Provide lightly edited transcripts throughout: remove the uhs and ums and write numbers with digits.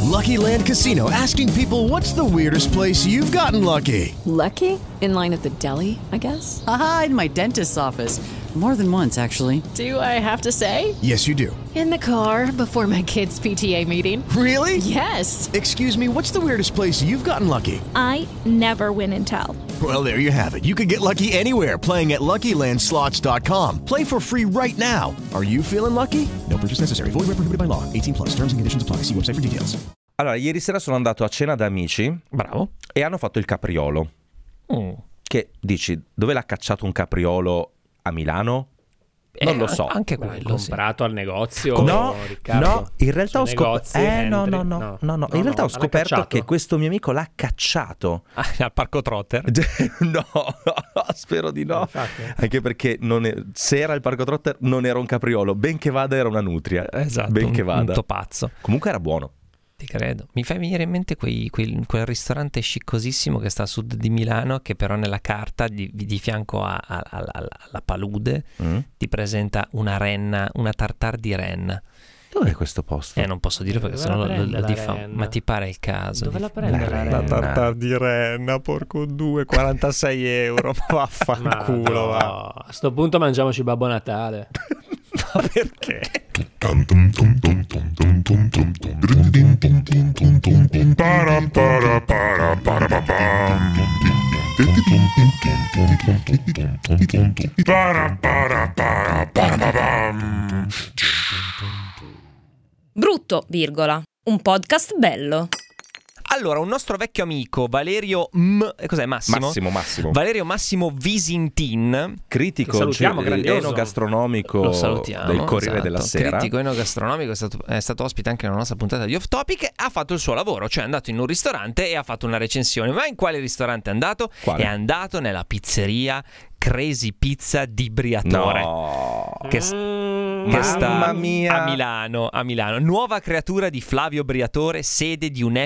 Lucky Land Casino, asking people, what's the weirdest place you've gotten lucky? Lucky? In line at the deli, I guess? Aha, in my dentist's office. More than once, actually. Do I have to say? Yes, you do. In the car before my kids' PTA meeting. Really? Yes. Excuse me, what's the weirdest place you've gotten lucky? I never win and tell. Well, there you have it. You can get lucky anywhere, playing at LuckyLandSlots.com. Play for free right now. Are you feeling lucky? No purchase necessary. Void where prohibited by law. 18+. Terms and conditions apply. See website for details. Allora, ieri sera sono andato a cena da amici. Bravo. E hanno fatto il capriolo. Che dici, dove l'ha cacciato un capriolo a Milano? Non lo so. Anche L'hai quello, sì. comprato al negozio, No, Riccardo? no, in realtà ho scoperto. No. No, In realtà ho scoperto cacciato. che questo mio amico l'ha cacciato. Al parco Trotter. No, spero di no. Infatti. Anche perché se era il parco Trotter non era un capriolo, ben che vada era una nutria. Esatto, ben che vada. un topazzo. Comunque era buono. Ti credo. Mi fai venire in mente quel ristorante sciccosissimo che sta a sud di Milano, che però nella carta di fianco alla palude ti presenta una renna, una tartare di renna. Dov'è questo posto? Non posso dire perché Dove sennò la lo prende la diffamo. renna? Ma ti pare il caso? Dove la prende la renna? renna? tartare di renna, porco 46 euro. Vaffanculo, va. No, a sto punto mangiamoci Babbo Natale. Ma perché? Brutto, virgola. Un podcast bello. Allora, un nostro vecchio amico, Valerio cos'è, Massimo? Massimo. Valerio Massimo Visintin, critico salutiamo, grandioso. enogastronomico lo salutiamo, del Corriere esatto. della Sera. Critico enogastronomico, è stato ospite anche nella nostra puntata di Off Topic. Ha fatto il suo lavoro, cioè è andato in un ristorante e ha fatto una recensione. Ma in quale ristorante è andato? Quale? È andato nella pizzeria Crazy Pizza di Briatore. No. Che sta Mamma mia. a Milano. Nuova creatura di Flavio Briatore, sede di un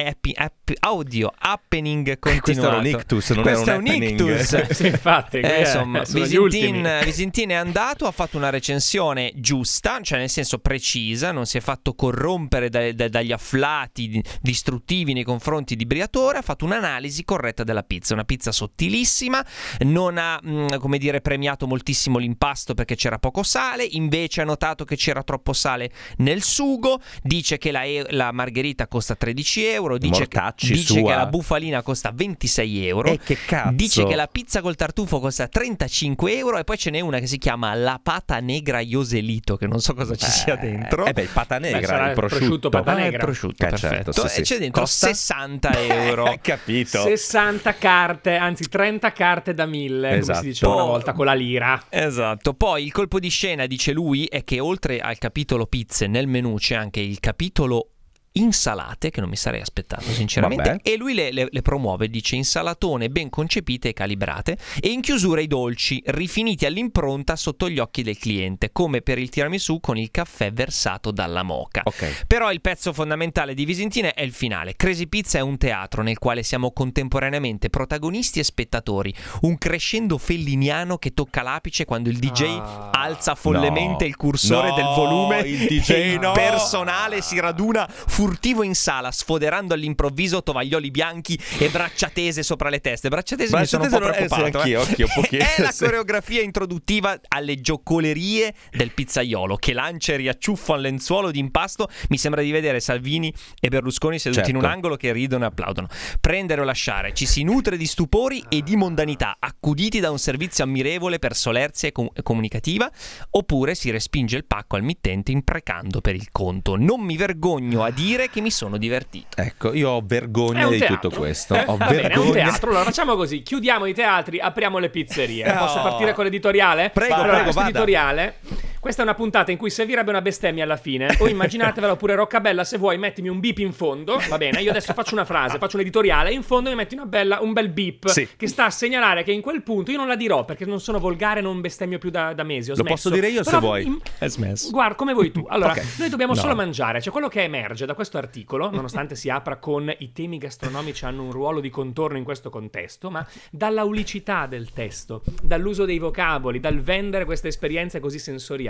happening continuato. Questo era un ictus, non Questo era è un un happening. ictus. Sì, infatti, Insomma, sono gli ultimi. Visintin è andato, ha fatto una recensione giusta, cioè nel senso precisa, non si è fatto corrompere dagli afflati distruttivi nei confronti di Briatore, ha fatto un'analisi corretta della pizza, una pizza sottilissima, non ha come dire premiato moltissimo l'impasto perché c'era poco sale, invece ha notato che c'era troppo sale nel sugo, dice che la margherita costa 13 euro, dice che la bufalina costa 26 euro, che cazzo, dice che la pizza col tartufo costa 35 euro e poi ce n'è una che si chiama la pata negra Joselito, che non so cosa ci sia dentro. Il pata negra, sarà il prosciutto. pata Il negra. prosciutto, Certo, perfetto. sì. E c'è dentro Costa? 60 euro. Capito. 60 carte, anzi 30 carte da 1000, Esatto. come si diceva una volta con la lira. Esatto. Poi il colpo di scena, dice lui, è che oltre al capitolo pizze nel menù c'è anche il capitolo insalate, che non mi sarei aspettato sinceramente. Vabbè. E lui le promuove, dice insalatone ben concepite e calibrate, e in chiusura i dolci rifiniti all'impronta sotto gli occhi del cliente, come per il tiramisù con il caffè versato dalla moka. Ok. Però il pezzo fondamentale di Visintine è il finale. Crazy Pizza è un teatro nel quale siamo contemporaneamente protagonisti e spettatori, un crescendo felliniano che tocca l'apice quando il DJ alza follemente il cursore del volume il DJ e il no. personale si raduna furtivo in sala, sfoderando all'improvviso tovaglioli bianchi e braccia tese sopra le teste. Braccia tese mi sono un po' preoccupato. Anch'io, È la coreografia introduttiva alle giocolerie del pizzaiolo che lancia e riacciuffa un lenzuolo di impasto. Mi sembra di vedere Salvini e Berlusconi seduti in un angolo che ridono e applaudono. Prendere o lasciare, ci si nutre di stupori e di mondanità, accuditi da un servizio ammirevole per solerzia e comunicativa, oppure si respinge il pacco al mittente imprecando per il conto. Non mi vergogno a dire che mi sono divertito. Ecco, io ho vergogna di tutto questo. Ho Va bene, è un vergogna. teatro. Allora facciamo così: chiudiamo i teatri, apriamo le pizzerie. Posso partire con l'editoriale? Prego, allora, prego, questo vada. editoriale. Questa è una puntata in cui servirebbe una bestemmia alla fine. O immaginatevela, oppure Roccabella, se vuoi mettimi un beep in fondo. Va bene, io adesso faccio una frase, faccio un editoriale e in fondo mi metti un bel beep, sì, che sta a segnalare che in quel punto io non la dirò perché non sono volgare, non bestemmio più da mesi. Ho Lo smesso. posso dire io. Però se vuoi. È smesso. Guarda, come vuoi tu. Allora, Ok. noi dobbiamo solo mangiare. Cioè, quello che emerge da questo articolo, nonostante si apra con i temi gastronomici hanno un ruolo di contorno in questo contesto, ma dall'aulicità del testo, dall'uso dei vocaboli, dal vendere queste esperienze così sensoriali,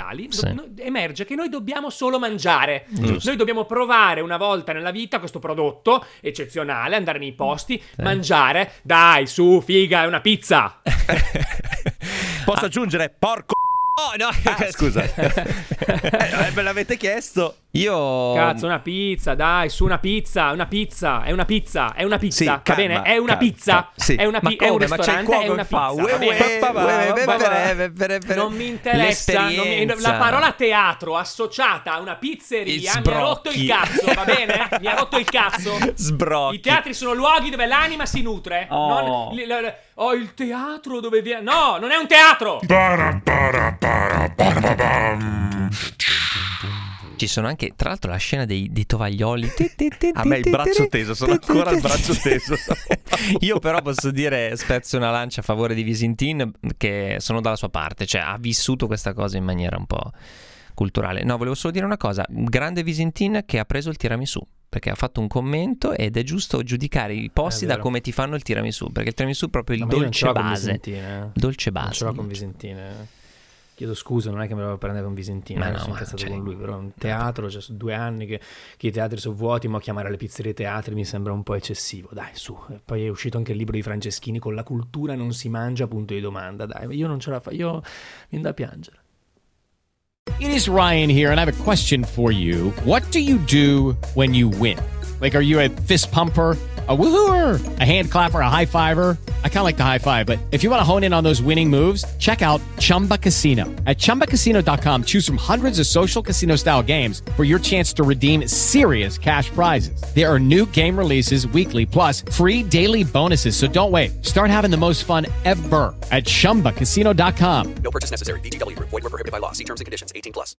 mondiali, Sì. emerge che noi dobbiamo solo mangiare. Giusto. Noi dobbiamo provare una volta nella vita questo prodotto eccezionale, andare nei posti, mangiare. Dai, su, figa, è una pizza. Posso aggiungere porco? Oh, no, Scusa. Me l'avete chiesto. Io Cazzo, una pizza, dai, su, una pizza, è una pizza, Sì, va calma, bene? È una calma, pizza, sì. è una Ma è un come? Ma c'è il ristorante, cuoco è una che fa, pizza, va bene? Non mi interessa, L'esperienza. la parola teatro associata a una pizzeria mi ha rotto il cazzo, va bene? Mi ha rotto il cazzo. Sbrocchi. I teatri sono luoghi dove l'anima si nutre. Oh. Non il teatro dove viene. No, non è un teatro. Ci sono anche, tra l'altro, la scena dei tovaglioli. A me il braccio teso, sono ancora il braccio teso. Io però posso dire, spezzo una lancia a favore di Visintin, che sono dalla sua parte, cioè ha vissuto questa cosa in maniera un po' culturale. No, volevo solo dire una cosa, grande Visintin che ha preso il tiramisù, perché ha fatto un commento ed è giusto giudicare i posti da come ti fanno il tiramisù, perché il tiramisù è proprio il dolce base. Dolce base. Non ce l'ho con Visintin. Chiedo scusa, non è che me lo devo prendere con Visintin, Ma no, sono ma incazzato cioè- con lui, però un teatro, cioè, sono 2 anni che i teatri sono vuoti, ma chiamare le pizzerie teatri mi sembra un po' eccessivo, dai, su. E poi è uscito anche il libro di Franceschini con la cultura non si mangia, punto di domanda, dai, io non ce la faccio, io mi viene da piangere. It is Ryan here, and I have a question for you. What do you do when you win? Like, are you a fist pumper, a woohooer, a hand clapper, a high fiver? I kind of like the high five, but if you want to hone in on those winning moves, check out Chumba Casino. At ChumbaCasino.com, choose from hundreds of social casino-style games for your chance to redeem serious cash prizes. There are new game releases weekly, plus free daily bonuses, so don't wait. Start having the most fun ever at ChumbaCasino.com. No purchase necessary. VGW Group. Void where prohibited by law. See terms and conditions. 18+.